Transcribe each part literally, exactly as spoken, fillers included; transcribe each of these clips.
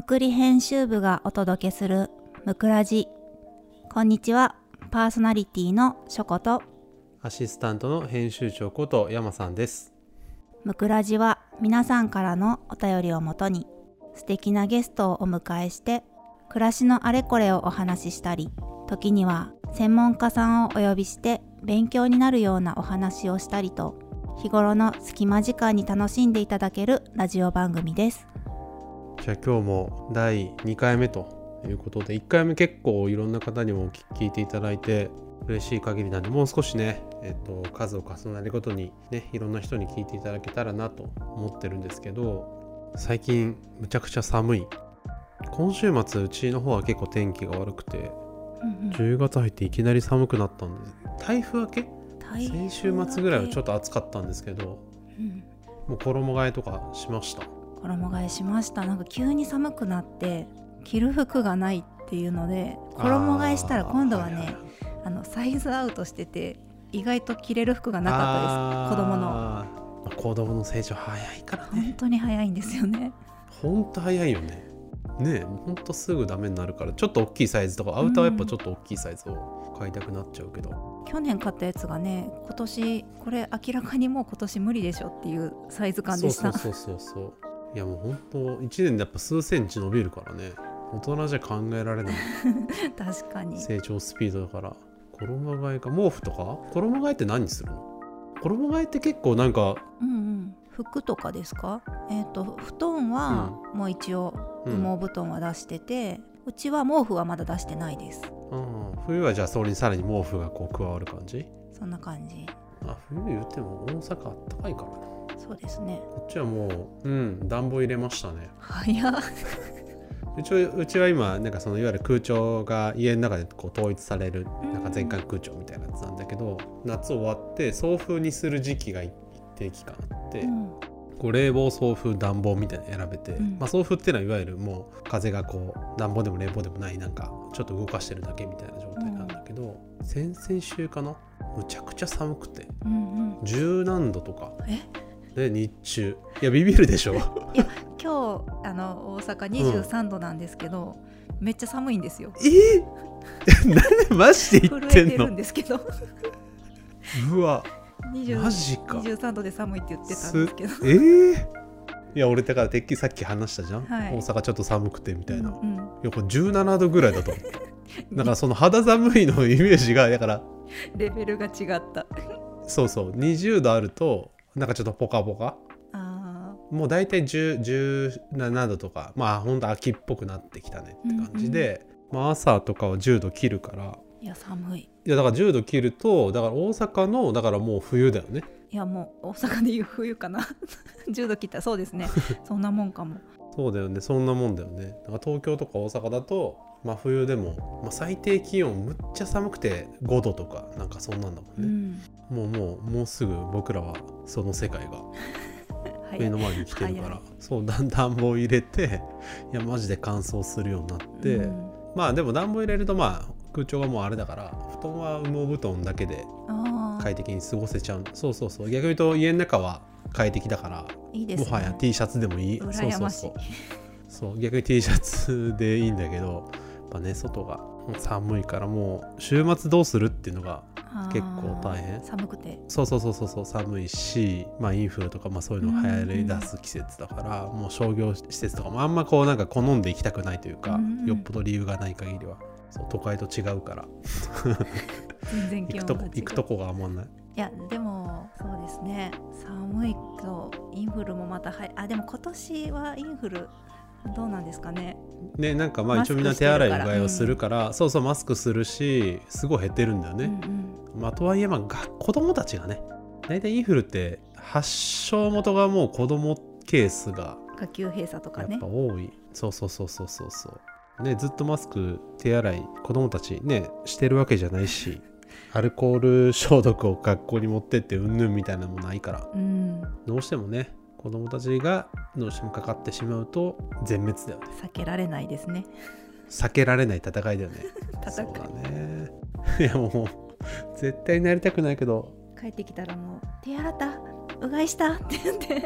むくり編集部がお届けするむくラジ。こんにちは、パーソナリティのしょことアシスタントの編集長こと山さんです。 むくラジは皆さんからのお便りをもとに素敵なゲストをお迎えして暮らしのあれこれをお話ししたり、時には専門家さんをお呼びして勉強になるようなお話をしたりと、日頃の隙間時間に楽しんでいただけるラジオ番組です。 じゃあ今日もだいにかいめということで、いっかいめ結構いろんな方にも聞いていただいて嬉しい限りなんで、もう少しね、えっと、数を重ねるごとにね、いろんな人に聞いていただけたらなと思ってるんですけど、最近むちゃくちゃ寒い。今週末うちの方は結構天気が悪くて、うんうん、じゅうがつ入っていきなり寒くなったんです。台風明け先週末ぐらいはちょっと暑かったんですけど、うん、もう衣替えとかしました？ 衣替えしました。なんか急に寒くなって着る服がないっていうので、衣替えしたら今度はね、はいはい、あのサイズアウトしてて意外と着れる服がなかったです。子供の子供の成長早いからね。 本当に早いんですよね。 本当早いよね。ねえ、ほんとすぐダメになるから、ちょっと大きいサイズとか、アウターはやっぱちょっと大きいサイズを買いたくなっちゃうけど、 うん、去年買ったやつがね、今年これ明らかにもう今年無理でしょっていうサイズ感でした。 そうそうそうそう。いやもうほんといちねんでやっぱ数センチ伸びるからね、大人じゃ考えられない確かに成長スピードだから。衣替えか、毛布とか衣替えって何するの？衣替えって結構なんか、 うんうん、服とかですか？えっと布団はもう一応羽毛布団は出してて、うん、うちは毛布はまだ出してないです。 うん、冬はじゃあそれにさらに毛布がこう加わる感じ？そんな感じ。 あ、冬言っても大阪あったかいからな。 そうですね。 こっちはもう、うん、暖房入れましたね。 早っうちうちは今なんかそのいわゆる空調が家の中でこう統一されるなんか全館空調みたいなやつなんだけど、うん、夏終わって送風にする時期が一定期間あって、うん、こう冷房送風暖房みたいなの選べて、うん、まあ、送風っていうのはいわゆるもう風がこう暖房でも冷房でもない、なんかちょっと動かしてるだけみたいな状態なんだけど、うん、先々週かな、むちゃくちゃ寒くて、うんうん、十何度とかで日中、いやビビるでしょいや今日あの大阪にじゅうさんどなんですけど、うん、めっちゃ寒いんですよ。 えー、マジで言ってんの？ 震えてるんですけどうわにじゅうマジか。 にじゅうさんどで寒いって言ってたんですけど、 えー、いや俺だからてっきりさっき話したじゃん、はい、大阪ちょっと寒くてみたいな、うんうん、いやこれじゅうななどぐらいだと思うだからその肌寒いのイメージがだからレベルが違った。 そうそう、にじゅうどあるとなんかちょっとポカポカ、あもうだいたいじゅう、じゅうななどとか、まあほんと秋っぽくなってきたねって感じで、うんうん、まあ、朝とかはじゅうど切るから、 いや寒い。 いやだからじゅうど切るとだから大阪のだからもう冬だよね。 いやもう大阪でいう冬かなじゅうど切ったらそうですねそんなもんかも。 そうだよね、そんなもんだよね。だから東京とか大阪だと真冬でも、まあ、最低気温むっちゃ寒くてごどとかなんかそんなんだもんね、うん、もうもうもうすぐ僕らはその世界が目の前に来てるからそうだん暖房入れて、いやマジで乾燥するようになって、うん、まあでも暖房入れるとまあ空調がもうあれだから布団は羽毛布団だけで快適に過ごせちゃう。そうそうそう、逆に言うと家の中は快適だからいいですね、 もはや T シャツでもいい。 羨ましい。 そうそうそうそう、逆に T シャツでいいんだけど、やっぱね外が寒いからもう週末どうするっていうのが結構大変。 寒くてそうそうそうそう寒いし、まあインフルとかまあそういうの流行り出す季節だから、うんうん、もう商業施設とかもあんまこうなんか好んで行きたくないというか、うんうん、よっぽど理由がない限りは。そう都会と違うから全然気温が違う。 行くとこがあんまない。 いやでもそうですね、寒いとインフルもまたはあでも今年はインフルどうなんですかね。 ね、なんかまあ一応みんな手洗いうがいをするから、うん、そうそうマスクするしすごい減ってるんだよね、うんうん、まあとはいえまあ子供たちがね、大体インフルって発症元がもう子供ケースが下級閉鎖とかねやっぱ多い。そうそうそうそうそうそうね、ずっとマスク手洗い子供たちねしてるわけじゃないしアルコール消毒を学校に持ってってうんぬんみたいなのもないから、うん、どうしてもね子供たちがどうしてもかかってしまうと全滅だよね。 避けられないですね。 避けられない戦いだよね戦いそうだねいやもう絶対になりたくないけど、 帰ってきたらもう手洗ったうがいしたって言って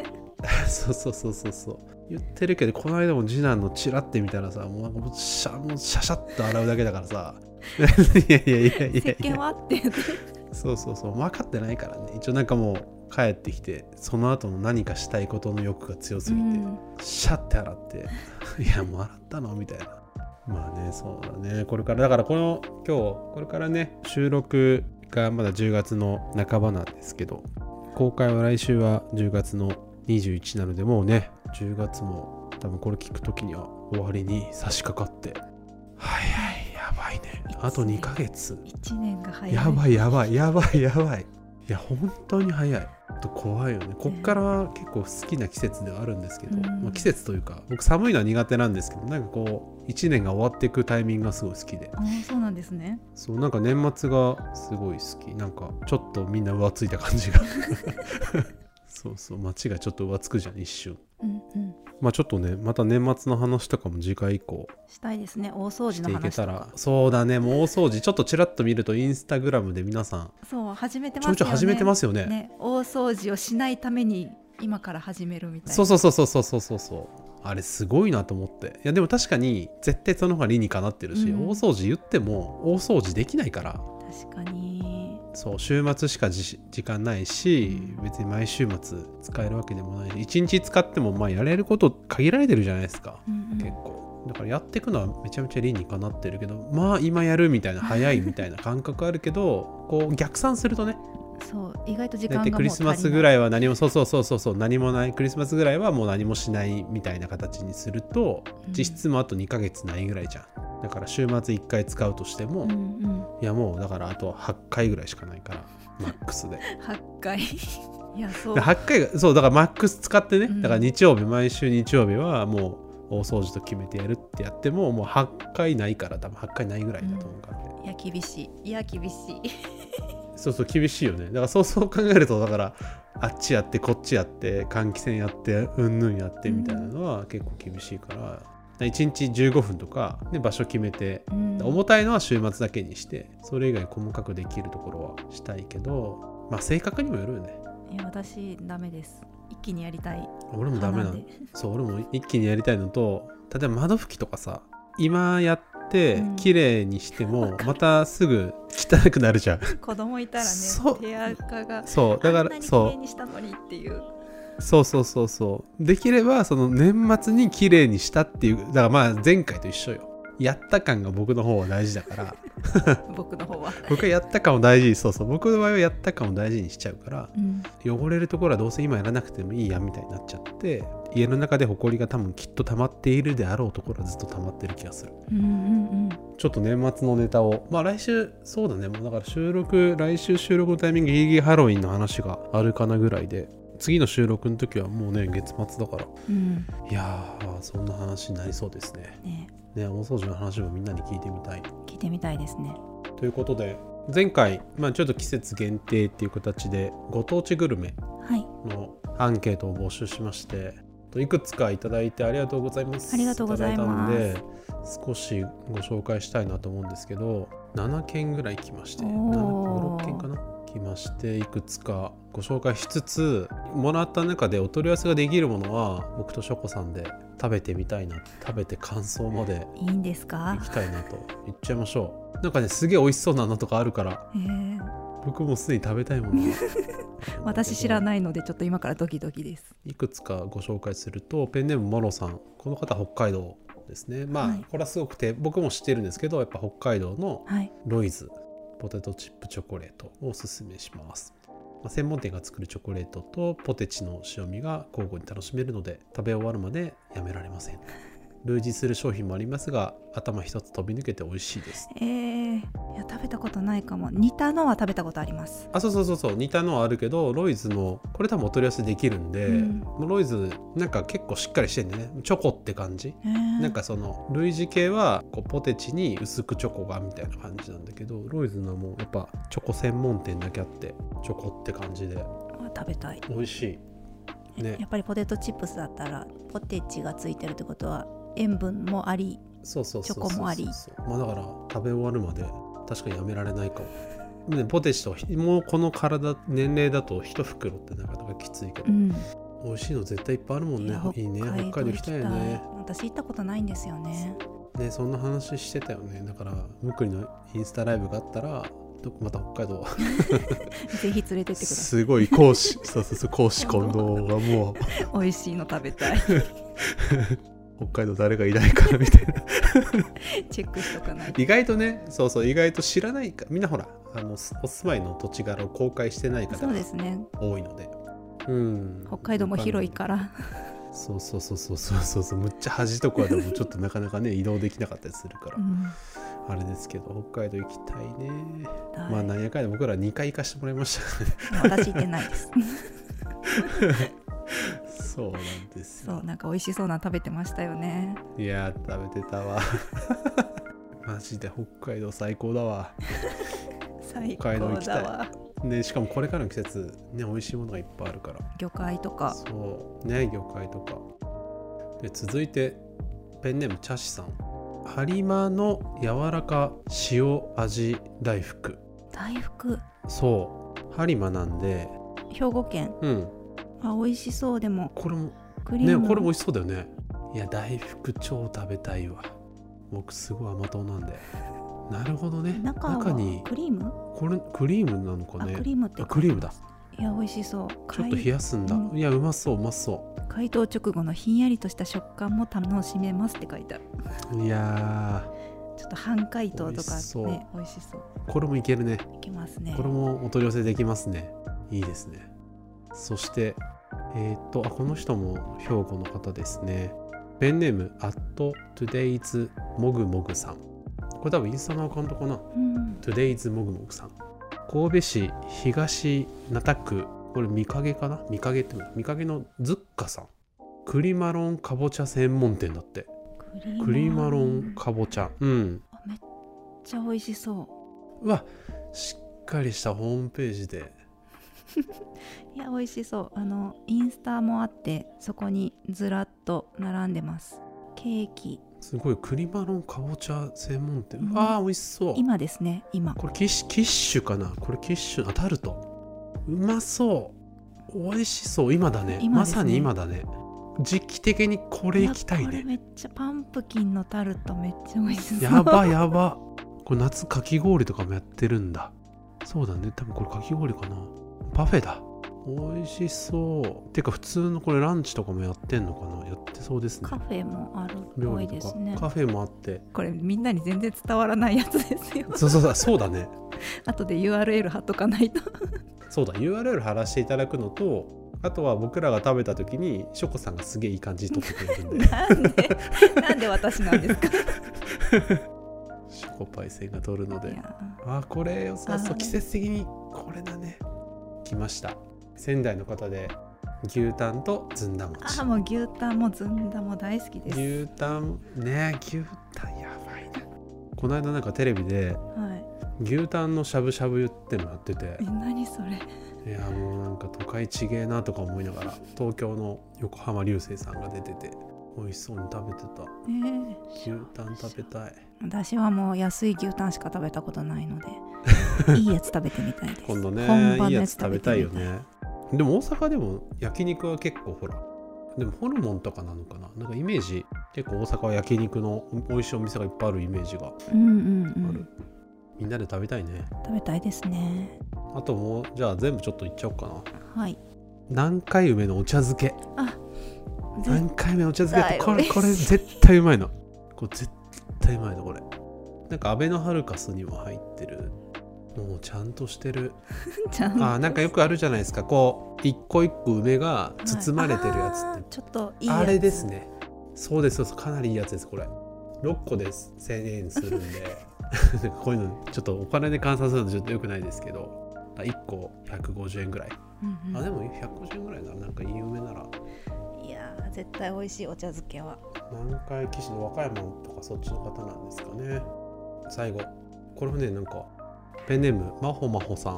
そうそうそうそうそう言ってるけど、この間も次男のチラって見たらさ、もうなんかもうシャもうシャシャッと洗うだけだからさいやいやいやいやいや、 石鹸はって言ってそうそうそう分かってないからね。一応なんかもう帰ってきて、その後の何かしたいことの欲が強すぎて、うん、シャッて洗っていやもう洗ったのみたいな。まあね、そうだね。これからだからこの今日これからね、収録がまだじゅうがつの半ばなんですけど、公開は来週はじゅうがつのにじゅういちなので、もうねじゅうがつも多分これ聞く時には終わりに差し掛かって、はいはい、やばいね。あとにかげつ。 いちねんが早い。 やばいやばいやばいやばい。いや本当に早い。と怖いよね。こっからは結構好きな季節ではあるんですけど、ね、まあ、季節というか僕寒いのは苦手なんですけど、なんかこういちねんが終わっていくタイミングがすごい好きで。 あ、そうなんですね。 そうなんか年末がすごい好き。なんかちょっとみんな浮ついた感じがそうそう、街がちょっと浮つくじゃん一瞬。うんうん、まあちょっとね、また年末の話とかも次回以降したいですね。大掃除の話とかしていけたら。 そうだね、もう大掃除ちょっとちらっと見るとインスタグラムで皆さんそう始めてますよね。 ちょいちょい始めてますよ ね, ね。大掃除をしないために今から始めるみたいな。 そうそうそうそうそうそうそうそう、あれすごいなと思って。いやでも確かに絶対その方が理にかなってるし、うん、大掃除言っても大掃除できないから。 確かに。 そう週末しか時間ないし、別に毎週末使えるわけでもないし、いちにち使ってもまあやれること限られてるじゃないですか、うんうん、結構だからやっていくのはめちゃめちゃ理にかなってるけど、まあ今やるみたいな早いみたいな感覚あるけどこう逆算するとね、 そう意外と時間がもう足りない。 クリスマスぐらいは何もそうそうそうそうそう何もない、クリスマスぐらいはもう何もしないみたいな形にすると、うん、実質もあとにかげつないぐらいじゃん。だから週末いっかい使うとしても、うんうん、いやもうだからあとはちかいぐらいしかないからマックスではちかいいやそうはちかいがそうだからマックス使ってね、うん、だから日曜日毎週日曜日はもう大掃除と決めてやるってやってももうはちかいないから、多分はちかいないぐらいだと思うからね、 うん、いや厳しいいや厳しいそうそう厳しいよね。だからそうそう考えるとだからあっちやってこっちやって換気扇やってうんぬんやってみたいなのは結構厳しいから、うん、いちにちじゅうごふんとか、ね、場所決めて、うん、重たいのは週末だけにしてそれ以外細かくできるところはしたいけど、まあ性格にもよるよね。 いや私ダメです。一気にやりたい。 俺もダメなの。そう俺も一気にやりたいのと、例えば窓拭きとかさ今やって綺麗にしても、うん、またすぐ汚くなるじゃん子供いたらね手垢がそうだからあんなに綺麗にしたのにっていう。 そうそうそうそうできればその年末に綺麗にしたっていう、だからまあ前回と一緒よ。やった感が僕の方は大事だから僕の方は僕はやった感を大事にそうそう僕の場合はやった感を大事にしちゃうから、うん、汚れるところはどうせ今やらなくてもいいやみたいになっちゃって、家の中でホコリが多分きっと溜まっているであろうところはずっと溜まってる気がする、うんうんうん、ちょっと年末のネタをまあ来週そうだね、もうだから収録来週収録のタイミングギリギリハロウィンの話があるかなぐらいで、次の収録の時はもうね月末だから、うん、いやーそんな話になりそうですね。ねね、大掃除の話もみんなに聞いてみたい聞いてみたいですね。 ということで前回、まあ、ちょっと季節限定っていう形でご当地グルメのアンケートを募集しまして、はい、いくつかいただいてありがとうございます。 ありがとうございます。いただいたんで少しご紹介したいなと思うんですけど、ななけんぐらい来まして、ご、ろっけんかな来まして、いくつかご紹介しつつ、もらった中でお取り合わせができるものは僕とショコさんで食べてみたいな、食べて感想までいいんですか、 行きたいなと言っちゃいましょう。なんかねすげえ美味しそうなのとかあるから、えー、僕もすでに食べたいものが私知らないのでちょっと今からドキドキです。 いくつかご紹介すると、ペンネームモロさん、この方北海道ですね。まあ、はい、これはすごくて僕も知ってるんですけど、やっぱ北海道のロイズ、はい、ポテトチップチョコレートをおすすめします。まあ、専門店が作るチョコレートとポテチの塩味が交互に楽しめるので食べ終わるまでやめられません。類似する商品もありますが頭一つ飛び抜けて美味しいです。 えー、いや食べたことないかも。似たのは食べたことあります。 あ、そうそうそうそう、似たのはあるけどロイズのこれ多分お取り寄せできるんで、うん、ロイズなんか結構しっかりしてんでね、チョコって感じ、えー、なんかその類似系はこうポテチに薄くチョコがみたいな感じなんだけど、ロイズのもうやっぱチョコ専門店だけあってチョコって感じで食べたい。 美味しい、ね、 やっぱりポテトチップスだったらポテチがついてるってことは塩分もあり、 そうそうそうそうそう、 チョコもあり、 まあ、だから食べ終わるまで確かにやめられないかも。ポテチともうこの体年齢だと一袋ってなかなかきついけど、うん、 美味しいの絶対いっぱいあるもんね。いいね、北海道行きたいよね。 私行ったことないんですよね。 ね、そんな話してたよね。だからむくりのインスタライブがあったらまた北海道ぜひ連れてってください。 すごい講師そうそうそう講師近藤がもう美味しいの食べたい北海道誰がいないかなみたいなチェックしとかないと。 意外とね、そうそう、意外と知らないか、みんなほらあのお住まいの土地柄を公開してない方が多いので、うん、 北海道も広いからそうそうそうそうそうそう、むっちゃ端とかでもちょっとなかなかね移動できなかったりするから、うん、あれですけど北海道行きたいね。まあ何やかんや僕らにかい行かしてもらいましたからね私行ってないですそうなんですよ。 そう、なんか美味しそうなの食べてましたよね。 いや食べてたわマジで北海道最高だわ最高だわ。北海道行きたいね、しかもこれからの季節ね、美味しいものがいっぱいあるから、 魚介とか、 そうね、魚介とかで。続いてペンネームチャシさん、ハリマの柔らか塩味大福。 大福、 そう、ハリマなんで兵庫県。 うん、 あ、美味しそう。でもこれもクリームね、これも美味しそうだよね。いや大福超食べたいわ。僕すごい甘党なんで。なるほどね。 中はにクリーム、 これクリームなのかね。 クリームってクリームだ。 いや美味しそう。 ちょっと冷やすんだ、うん、いやうまそううまそう。 解凍直後のひんやりとした食感も楽しめますって書いてある。 いやちょっと半解凍とかね、美味しそう。 これもいけるね。 いけますね。 これもお取り寄せできますね。いいですね。そしてえー、っとあこの人も兵庫の方ですね。ペンネーム アットトゥデイズもぐもぐさん。これ多分インスタのアカウントかな、うん、トゥデイズもぐもぐさん。神戸市東灘区、これ見影かな、見影って見影のズッカさん。栗マロンかぼちゃ専門店だって。栗マロンかぼちゃ、うん、 めっちゃ美味しそう。 うわ、しっかりしたホームページでいや美味しそう。あのインスタもあって、そこにずらっと並んでます。ケーキすごい、栗マロンかぼちゃ専門店、うん、うわー美味しそう。 今ですね、今これキッシュ、キッシュかな、これキッシュ、あ、タルト、うまそう、美味しそう。今だ ね, ねまさに今だね。時期的にこれ行きたいね。 これめっちゃパンプキンのタルトめっちゃ美味しそう。 やばやば。これ夏かき氷とかもやってるんだ。そうだね、多分これかき氷かな。パフェだ。美味しそう。てか普通のこれランチとかもやってんのかな。やってそうですね。 カフェもあるっぽいですね。 カフェもあって、 これみんなに全然伝わらないやつですよ。 そうそうそう、そうだね。 後で ユーアールエル 貼っとかないとそうだ、 ユーアールエル 貼らせていただくのと、あとは僕らが食べた時にショコさんがすげえいい感じに撮ってくれるんでなんでなんで私なんですかショコパイセンが撮るので。あ、これ良さそう。季節的にこれだね。来ました。仙台の方で牛タンとずんだ餅。 あ、もう牛タンもずんだも大好きです。 牛タンね、牛タンやばいな。この間なんかテレビで、はい、牛タンのしゃぶしゃぶってのやってて、 え、何それ。 いやもうなんか都会ちげえなとか思いながら、東京の横浜流星さんが出てて美味しそうに食べてた、えー、牛タン食べたい。 私はもう安い牛タンしか食べたことないのでいいやつ食べてみたいです。 今度ね、いいやつ食べたいよね。でも大阪でも焼肉は結構ほら、でもホルモンとかなのかな、なんかイメージ結構大阪は焼肉の美味しいお店がいっぱいあるイメージがある、うんうんうん、みんなで食べたいね。 食べたいですね。 あともうじゃあ全部ちょっといっちゃおうかな。 はい。 南海梅のお茶漬け。 あ、 南海梅お茶漬けってこれこれ絶対うまいの。これ絶対うまいのこれ。なんかアベノハルカスにも入ってる。もうちゃんとしてる。 ちゃんと。 あ、なんかよくあるじゃないですか。こう一個一個梅が包まれてるやつって。はい、 ちょっといいやつ。 あれですね。そうですそうです。かなりいいやつですこれ。ろっこでせんえんするんで。こういうのちょっとお金で換算するのちょっとよくないですけど。いっこひゃくごじゅうえんぐらい、うんうん、あでもひゃくごじゅうえんぐらいならなんかいい梅なら。 いやー絶対美味しいお茶漬けは。 南海騎士の和歌山とかそっちの方なんですかね。最後これもね、なんかペンネームまほまほさん、はい、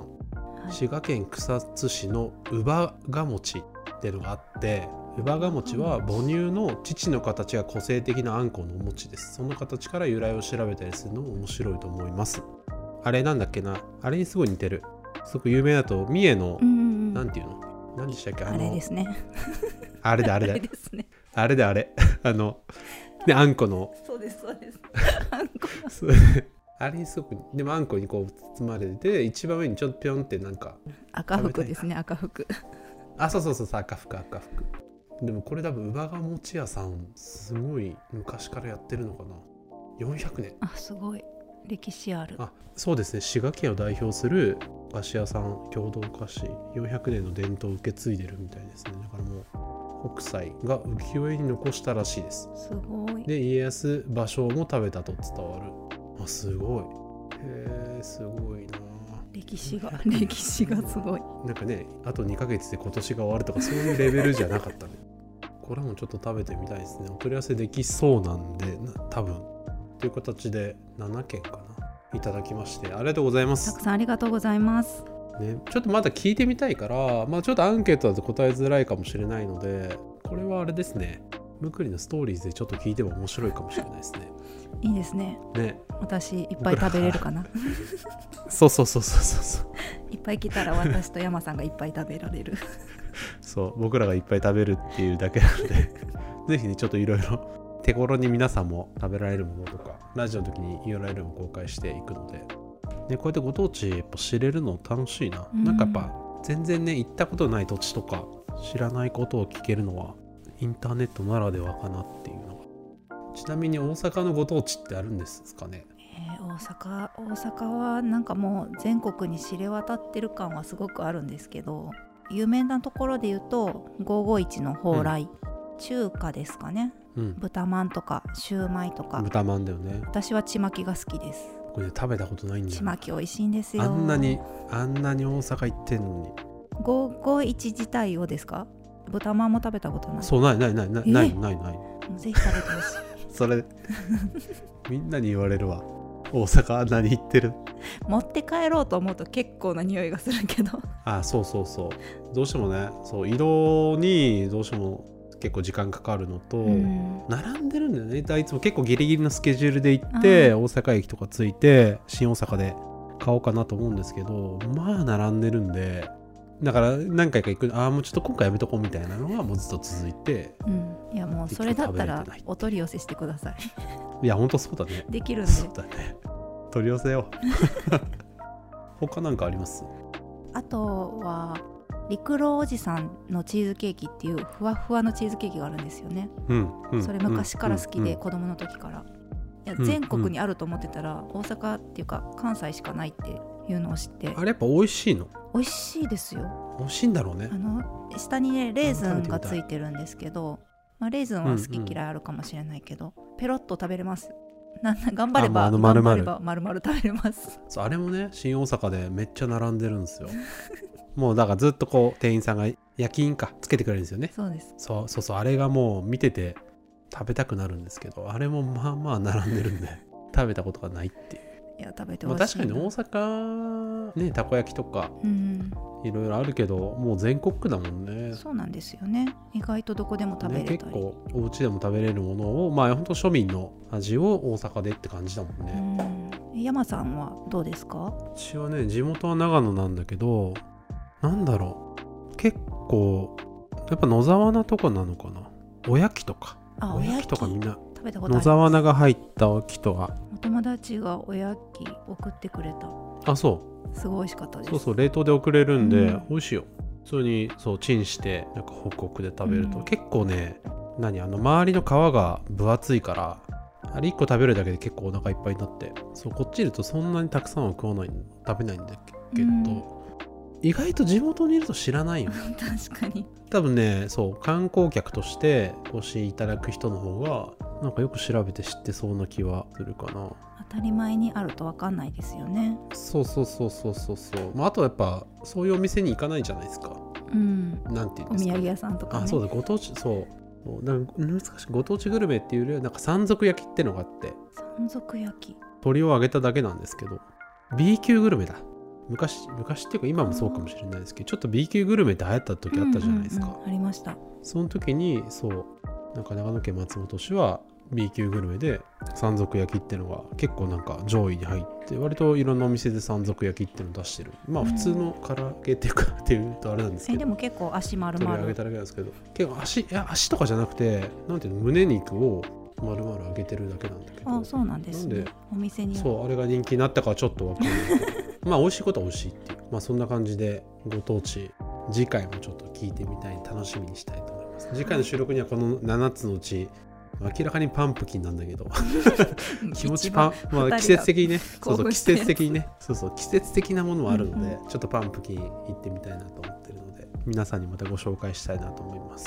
滋賀県草津市の乳母が餅っていうのがあって、乳母が餅は母乳の乳の形が個性的なあんこのお餅です。その形から由来を調べたりするのも面白いと思います。あれなんだっけな、あれにすごい似てる。すごく有名だと三重の、うんうん、なんていうの、 何でしたっけ、ああのれですね。 あれであれあれでですね。 あれであれあのね、あんこのそうですそうです。あんこのそうあれにすごく、でもあんこにこう包まれて一番上にちょっとピョンってなんか赤服ですね、赤服。 あ、そうそうそうそう、赤服赤服。でもこれ多分姥ヶ餅屋さんすごい昔からやってるのかな。よんひゃくねん。 あ、すごい歴史ある。 あ、そうですね、滋賀県を代表するお菓子屋さん、郷土菓子、よんひゃくねんの伝統を受け継いでるみたいですね。だからもう北斎が浮世絵に残したらしいです。 すごい。 で家康芭蕉も食べたと伝わる。あ、すごい。へえ、すごいな。 歴史が歴史がすごい。 なんかね、あとにかげつで今年が終わるとかそういうレベルじゃなかったね。これもちょっと食べてみたいですね。お取り寄せできそうなんで、な多分という形でななけんかないただきまして、ありがとうございまたす。 くさんありがとうございます。 ね、ちょっとまだ聞いてみたいから、まあ、ちょっとアンケートだと答えづらいかもしれないので、これはあれですね、むくりのストーリーズでちょっと聞いても面白いかもしれないですね。 いいですね。 ね、 私いっぱい食べれるかな。 そうそうそうそうそうそういっぱい来たら私と山さんがいっぱい食べられる。 そう僕らがいっぱい食べるっていうだけなのでぜひね、ちょっといろいろ手頃に皆さんも食べられるものとか、ラジオの時に ユーアールエル も公開していくので、ね、こうやってご当地やっぱ知れるの楽しいな、うん、なんかやっぱ全然ね、行ったことない土地とか知らないことを聞けるのはインターネットならではかなっていうのが。ちなみに大阪のご当地ってあるんですかね。 えー、大阪大阪はなんかもう全国に知れ渡ってる感はすごくあるんですけど、有名なところで言うとごーごーいちの蓬莱、うん、中華ですかね、うん、豚まんとかシューマイとか。 豚まんだよね。 私はちまきが好きです。 これ、ね、食べたことないんだよ。 ちまき美味しいんですよ。 あんなにあんなに大阪行ってんのに。 ごーごーいち自体をですか。豚まんも食べたことない。 そう、ないないないないないないない。 もうぜひ食べてほしい。 それみんなに言われるわ。大阪あんなに行ってる。 持って帰ろうと思うと結構な匂いがするけど。 あ、そうそうそう。どうしてもね、そう移動にどうしても結構時間かかるのと、うん、並んでるんだよね。いつも結構ギリギリのスケジュールで行って大阪駅とか着いて新大阪で買おうかなと思うんですけど、まあ並んでるんで、だから何回か行く、ああもうちょっと今回やめとこうみたいなのがもうずっと続いて、 うん、いやもうそれだったらお取り寄せしてください。 いやほんとそうだね。 できるんで。 そうだね、取り寄せよう。他なんかあります？ あとは陸路おじさんのチーズケーキっていうふわふわのチーズケーキがあるんですよね、うんうん、それ昔から好きで、うん、子供の時から、いや全国にあると思ってたら、うん、大阪っていうか関西しかないっていうのを知って。 あれやっぱ美味しいの？ 美味しいですよ。 美味しいんだろうね。 あの下にねレーズンがついてるんですけど、まあ、レーズンは好き嫌いあるかもしれないけど、うんうん、ペロッと食べれます。な頑張れば頑張れば丸々食べれます。 そう、あれもね新大阪でめっちゃ並んでるんですよ。もうだからずっとこう店員さんが焼き印かつけてくれるんですよね。 そうです。 そうそうそう、あれがもう見てて食べたくなるんですけど、あれもまあまあ並んでるんで食べたことがないっていう。 いや食べてほしいな。 まあ、確かに大阪ねたこ焼きとか、うん、いろいろあるけどもう全国区だもんね。 そうなんですよね。意外とどこでも食べれたり、ね、 結構お家でも食べれるものをまあ本当庶民の味を大阪でって感じだもんね。 うん、山さんはどうですか？ うちはね地元は長野なんだけど、なんだろう、結構やっぱ野沢菜とかなのかな。おやきとか。 あ、 おやきとかみんな食べたことあります。 野沢菜が入ったおやきとか。 お友達がおやき送ってくれた。 あ、そうすごい美味しかったです。 そうそう、冷凍で送れるんで、うん、美味しいよ。普通にそうチンしてなんかホクホクで食べると、うん、結構ね、何あの周りの皮が分厚いからあれいっこ食べるだけで結構お腹いっぱいになって、そうこっちいるとそんなにたくさんは食わない食べないんだけど、うん、意外と地元にいると知らないよね。 確かに。 多分ね、そう観光客としてご支援いただく人の方がなんかよく調べて知ってそうな気はするかな。 当たり前にあると分かんないですよね。 そうそうそうそうそうそう、まあ、あとはやっぱそういうお店に行かないじゃないですか。うん、なんていうんですか、 お土産屋さんとかね。 あ、そうだ、ご当地、そうなんか難しい、ご当地グルメっていうよりはなんか山賊焼きってのがあって、 山賊焼き、 鶏を揚げただけなんですけど B 級グルメだ。昔昔っていうか今もそうかもしれないですけど、ちょっと B 級グルメって流行った時あったじゃないですか、 うんうんうん、ありました。 その時にそうなんか長野県松本市は B 級グルメで山賊焼きっていうのが結構なんか上位に入って割といろんなお店で山賊焼きっていうのを出してる。まあ普通の唐揚げっていうかっていうとあれなんですけど、 えでも結構足丸々 取り上げただけなんですけど、結構足いや足とかじゃなくてなんていうの胸肉を丸々揚げてるだけなんだけど。 あそうなんですね。 なんでお店にそうあれが人気になったかはちょっとわかんないけどまあ美味しいことは美味しいっていうまあそんな感じでご当地次回もちょっと聞いてみたい楽しみにしたいと思います。次回の収録にはこのななつのうち明らかにパンプキンなんだけど気持ちパン、まあ、季節的にねそうそう季節的にねそうそう季節的なものもあるので、うんうん、ちょっとパンプキン行ってみたいなと思ってるので皆さんにまたご紹介したいなと思います。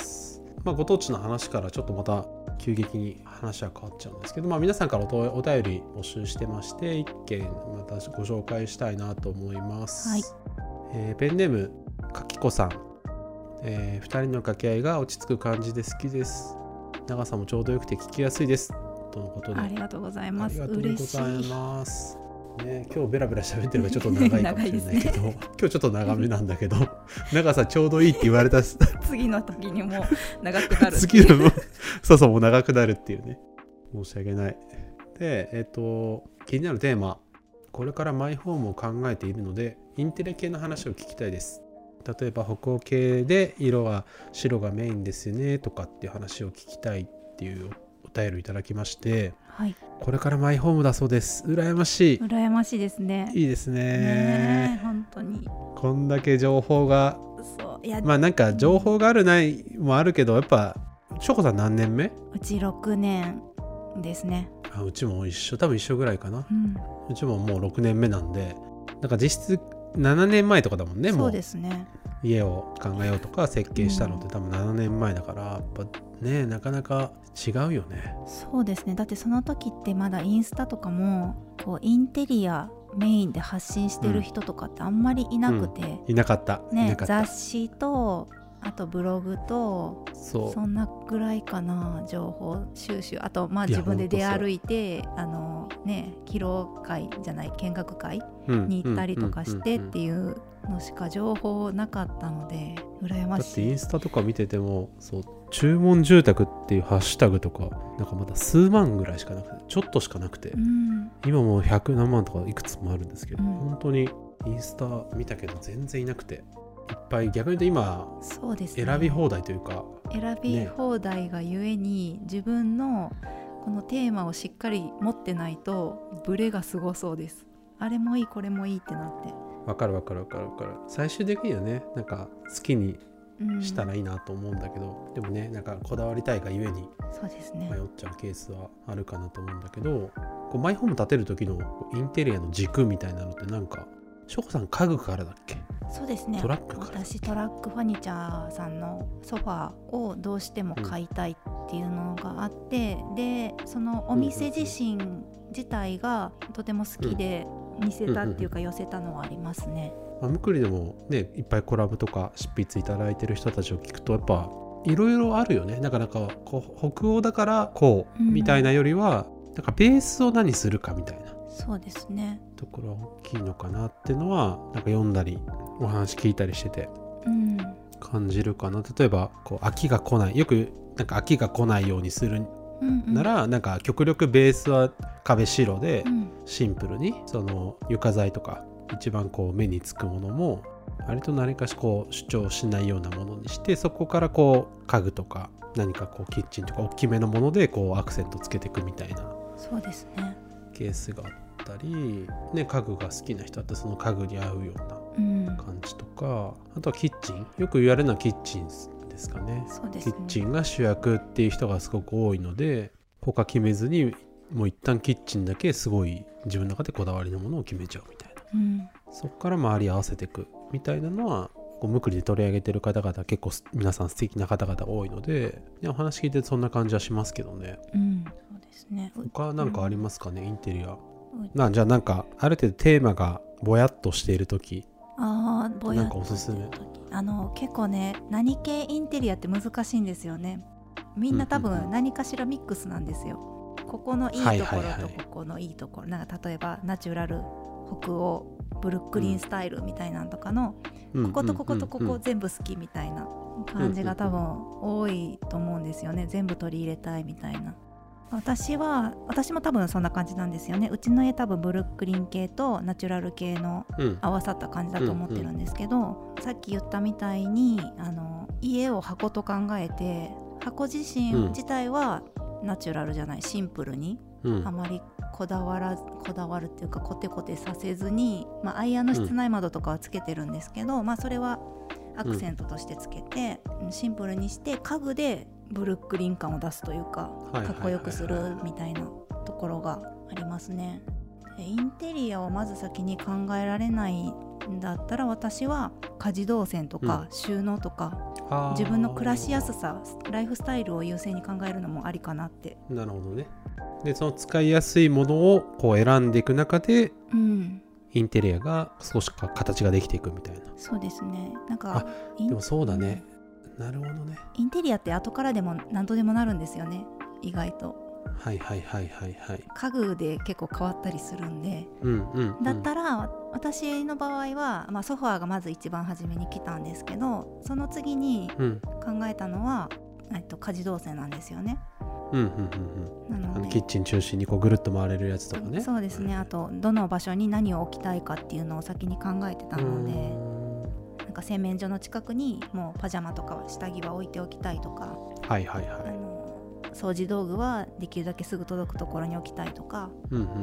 まあ、ご当地の話からちょっとまた急激に話は変わっちゃうんですけど、まあ、皆さんから お, お便り募集してまして一件またご紹介したいなと思います。はいえー、ペンネームかきこさん、えー、ふたりの掛け合いが落ち着く感じで好きです。長さもちょうどよくて聞きやすいですとのことでありがとうございます。 ありがとうございます。ね、今日ベラベラ喋ってるからちょっと長いかもしれないけど、ね、今日ちょっと長めなんだけど長さちょうどいいって言われた次の時にも長くなる次のそうそうもう長くなるっていうね申し訳ない。でえっ、ー、と気になるテーマこれからマイホームを考えているのでインテリ系の話を聞きたいです。例えば北欧系で色は白がメインですよねとかっていう話を聞きたいっていうお便りいただきまして、はい、これからマイホームだそうです。羨ましい羨ましいですね。 いいですねね本当にこんだけ情報がそういやまあなんか情報があるないもあるけどやっぱしょこさん何年目？ うちろくねんですね。 あうちも一緒多分一緒ぐらいかな、うん、うちももうろくねんめなんでなんか実質ななねんまえとかだもんね。 そうですね。 家を考えようとか設計したのって多分ななねんまえだから、やっぱねなかなか違うよね。 そうですね。だってその時ってまだインスタとかもこうインテリアメインで発信してる人とかってあんまりいなくて、うんうん、いなかった、 ね、 いなかった。 雑誌とあとブログと そ, そんなぐらいかな情報収集。あとまあ自分で出歩いてあのね披露会じゃない見学会に行ったりとかしてっていうのしか情報なかったので羨ましい。 だってインスタとか見ててもそう注文住宅っていうハッシュタグとかなんかまだ数万ぐらいしかなくてちょっとしかなくて、うん、今もうひゃく何万とかいくつもあるんですけど、うん、本当にインスタ見たけど全然いなくていっぱい逆に言うと今そうです、ね、選び放題というか選び放題がゆえに、ね、自分のこのテーマをしっかり持ってないとブレがすごそうです。あれもいいこれもいいってなってわかるわかるわかるわかる。最終的にはねなんか好きにしたらいいなと思うんだけど、うん、でもねなんかこだわりたいがゆえに迷っちゃうケースはあるかなと思うんだけど、こうマイホーム建てる時のインテリアの軸みたいなのってなんかしょこさん家具からだっけ？ そうですね。 トラックから私トラックファニチャーさんのソファーをどうしても買いたいっていうのがあって、うん、でそのお店自身自体がとても好きで見せたっていうか寄せたのはありますね。 まあ、むくりでもねいっぱいコラボとか執筆いただいてる人たちを聞くとやっぱいろいろあるよね。なかなかこう北欧だからこうみたいなよりは、うん、なんかベースを何するかみたいなそうですねところが大きいのかなっていうのはなんか読んだりお話聞いたりしてて感じるかな、うん、例えばこう飽きが来ないよくなんか飽きが来ないようにするなら、うんうん、なんか極力ベースは壁白でシンプルにその床材とか一番こう目につくものも割と何かしこう主張しないようなものにしてそこからこう家具とか何かこうキッチンとか大きめのものでこうアクセントつけていくみたいなそうですねケースがあったり、ね、家具が好きな人だってその家具に合うような感じとか、うん、あとはキッチンよく言われるのはキッチンですかね。 そうですね。 キッチンが主役っていう人がすごく多いので他決めずにもう一旦キッチンだけすごい自分の中でこだわりのものを決めちゃうみたいな、うん、そこから周り合わせていくみたいなのはこうむくりで取り上げてる方々結構皆さん素敵な方々多いのでお話聞いてそんな感じはしますけどね、 うん、そうですね。 他なんかありますかね、うん、インテリアなじゃあなんかある程度テーマがぼやっとしている時あぼやっとしている時あの結構ね何系インテリアって難しいんですよね。みんな多分何かしらミックスなんですよ、うんうんうん、ここのいいところとここのいいところ、はいはいはい、なんか例えばナチュラル北欧ブルックリンスタイルみたいなのとかの、うん、こことこことここ全部好きみたいな感じが多分多いと思うんですよね。全部取り入れたいみたいな。 私は私も多分そんな感じなんですよね。うちの家多分ブルックリン系とナチュラル系の合わさった感じだと思ってるんですけど、うんうん、さっき言ったみたいにあの家を箱と考えて、箱自身自体はナチュラルじゃない、シンプルに、うん、あまりこだわらこだわるっていうかコテコテさせずに、まあ、アイアンの室内窓とかはつけてるんですけど、うん、まあ、それはアクセントとしてつけて、うん、シンプルにして家具でブルックリン感を出すというか、かっこよくするみたいなところがありますね。インテリアをまず先に考えられないんだったら、私は家事動線とか収納とか、うん、自分の暮らしやすさ、ライフスタイルを優先に考えるのもありかなって。 なるほどね。でその使いやすいものをこう選んでいく中で、うん、インテリアが少しか形ができていくみたいな。 そうですね。なんかあでもそうだね、なるほどね。 インテリアって後からでも何とでもなるんですよね、意外と。 はいはいはいはいはい。 家具で結構変わったりするんで、うんうんうん、だったら私の場合は、まあ、ソファーがまず一番初めに来たんですけど、その次に考えたのは、うん、えっと、家事動線なんですよね。 うんうんうんうん、なのであのキッチン中心にこうぐるっと回れるやつとかね。 そうですね。あとどの場所に何を置きたいかっていうのを先に考えてたので、なんか洗面所の近くにもうパジャマとか下着は置いておきたいとか、 はいはいはい、あの掃除道具はできるだけすぐ届くところに置きたいとか、うんうんうんうん、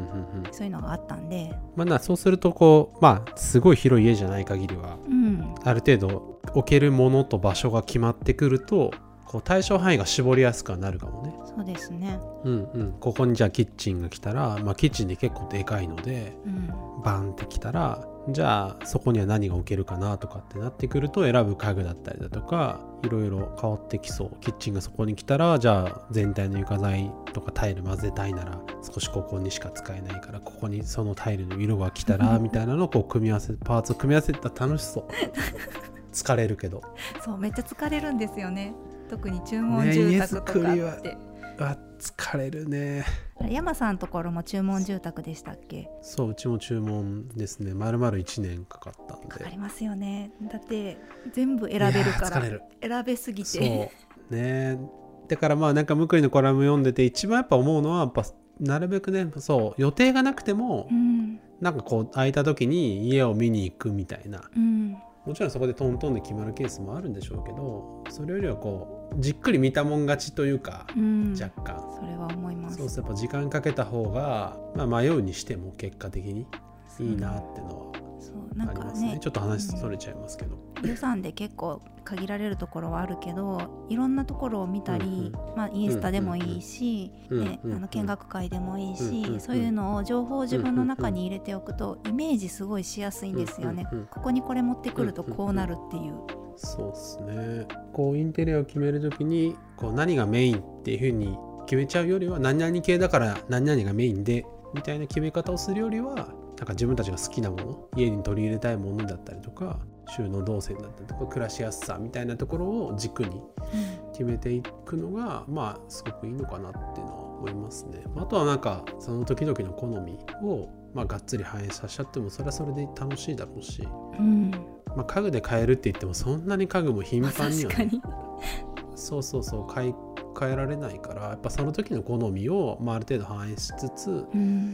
そういうのがあったんで、 まあ、なそうするとこう、まあ、すごい広い家じゃない限りは、うん、ある程度置けるものと場所が決まってくるとこう対象範囲が絞りやすくはなるかもね。 そうですね、 うんうん、ここにじゃあキッチンが来たら、まあ、キッチンで結構でかいので、うん、バンって来たらじゃあそこには何が置けるかなとかってなってくると、選ぶ家具だったりだとかいろいろ変わってきそう。キッチンがそこに来たら、じゃあ全体の床材とかタイル混ぜたいなら少しここにしか使えないから、ここにそのタイルの色が来たらみたいなのをこう組み合わせパーツを組み合わせたら楽しそう疲れるけど。 そうめっちゃ疲れるんですよね。特に注文住宅とかって、ね、家作りは疲れるね。 山さんのところも注文住宅でしたっけ？ そう、うちも注文ですね。丸々いちねんかかったんで。 かかりますよね。だって全部選べるから。疲れる。選べすぎて。 そうね。だからまあなんかむくりのコラム読んでて一番やっぱ思うのは、やっぱなるべくね、そう予定がなくても、うん、なんかこう空いた時に家を見に行くみたいな、うん、もちろんそこでトントンで決まるケースもあるんでしょうけど、それよりはこうじっくり見たもん勝ちというか、うん、若干それは思います。 そうするとやっぱ時間かけた方が、まあ、迷うにしても結果的にいいなってのはありますね。ね、ちょっと話それちゃいますけど、 うん、予算で結構限られるところはあるけど、いろんなところを見たり、うんうん、まあ、インスタでもいいし、うんうんね、あの見学会でもいいし、うんうん、そういうのを情報を自分の中に入れておくとイメージすごいしやすいんですよね、うんうんうん、ここにこれ持ってくるとこうなるっていう、うんうんうん、 そうですね。こうインテリアを決めるときにこう何がメインっていう風に決めちゃうよりは、何々系だから何々がメインでみたいな決め方をするよりは、なんか自分たちが好きなもの、家に取り入れたいものだったりとか、収納動線だったりとか暮らしやすさみたいなところを軸に決めていくのが、うん、まあすごくいいのかなっていうのは思いますね。あとはなんかその時々の好みをまあがっつり反映させちゃってもそれはそれで楽しいだろうし、うん、まあ、家具で買えるって言ってもそんなに家具も頻繁には、ね、そうそうそう買い変えられないから、やっぱその時の好みを、まあ、ある程度反映しつつ、うん、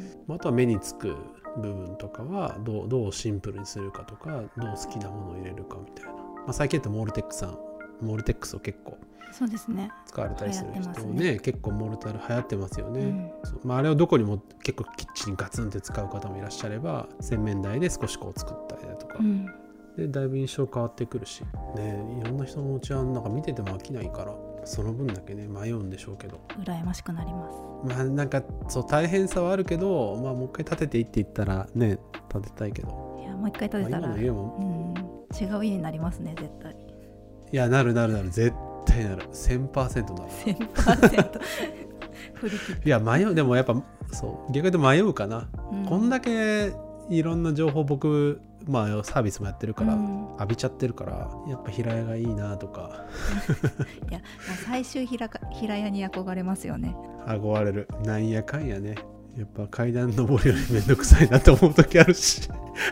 あとは目につく部分とかはどう、どうシンプルにするかとか、どう好きなものを入れるかみたいな、まあ、最近だとモールテックさんモールテックスを結構そうですね使われたりする人ね、ね結構モルタル流行ってますよね、うん、まあ、あれをどこにも結構キッチンにガツンって使う方もいらっしゃれば、洗面台で少しこう作ったりだとか、うん、でだいぶ印象変わってくるし、ね、いろんな人のお家はなんか見てても飽きないから、その分だけね迷うんでしょうけど、 羨ましくなります。 まあなんかそう大変さはあるけど、まあもう一回建てていって言ったらね建てたいけど、 いやもう一回建てたら、まあ、今の家も、うん、違う家になりますね絶対。 いやなるなるなる絶対なる せんパーセント なるせんパーセント 振り切って。 いや迷う、でもやっぱそう逆に迷うかな、うん、こんだけいろんな情報僕まあサービスもやってるから、うん、浴びちゃってるから、やっぱ平屋がいいなとかいや最終平か平屋に憧れますよね。 憧れる。なんやかんやね、やっぱ階段登るよりめんどくさいなと思う時あるし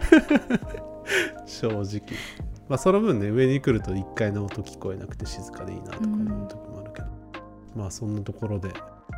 正直まあその分ね上に来るといっかいの音聞こえなくて静かでいいなとか思う時もあるけど、うん、まあそんなところで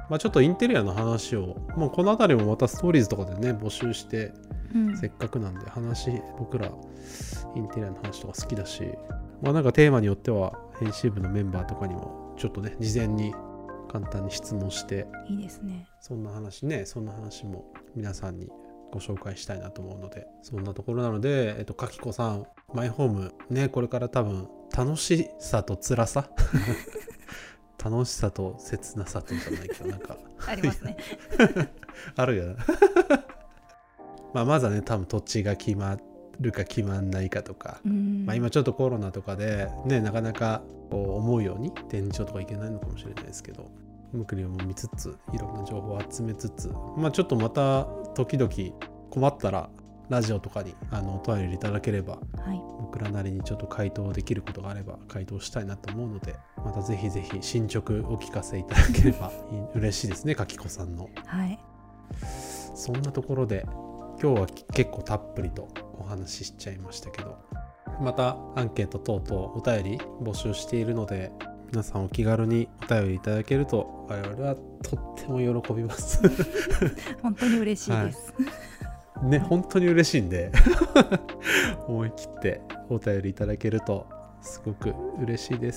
まあ、ちょっとインテリアの話を、まあ、この辺りもまたストーリーズとかでね募集して、うん、せっかくなんで話、僕らインテリアの話とか好きだし、まあなんかテーマによっては編集部のメンバーとかにもちょっとね事前に簡単に質問して、 いいですね。 そんな話ねそんな話も皆さんにご紹介したいなと思うので、そんなところなので、えっとかきこさん、マイホームね、これから多分楽しさと辛さ楽しさと切なさとじゃないけどなんかありますねあるよなまあまずはね多分土地が決まるか決まんないかとか、まあ、今ちょっとコロナとかでねなかなかこう思うように展示場とか行けないのかもしれないですけど、むくりを見つついろんな情報を集めつつ、まあちょっとまた時々困ったらラジオとかにあのお便りいただければ、はい、僕らなりにちょっと回答できることがあれば回答したいなと思うので、またぜひぜひ進捗お聞かせいただければ嬉しいですねかきこさんの。 はい。 そんなところで今日は結構たっぷりとお話ししちゃいましたけど、またアンケート等々お便り募集しているので、皆さんお気軽にお便りいただけると我々はとっても喜びます本当に嬉しいです、 はい、ね本当に嬉しいんで思い切ってお便りいただけるとすごく嬉しいです。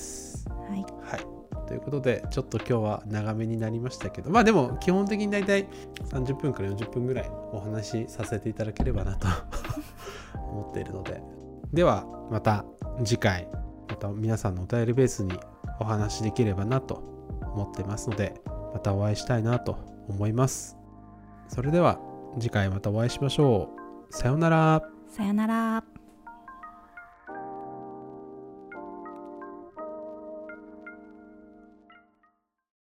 はい、 はい、ということでちょっと今日は長めになりましたけど、まあでも基本的にだいたいさんじゅっぷんからよんじゅっぷんぐらいお話しさせていただければなと思っているので、ではまた次回また皆さんのお便りベースにお話しできればなと思ってますので、またお会いしたいなと思います。それでは次回またお会いしましょう。さようなら。 さようなら。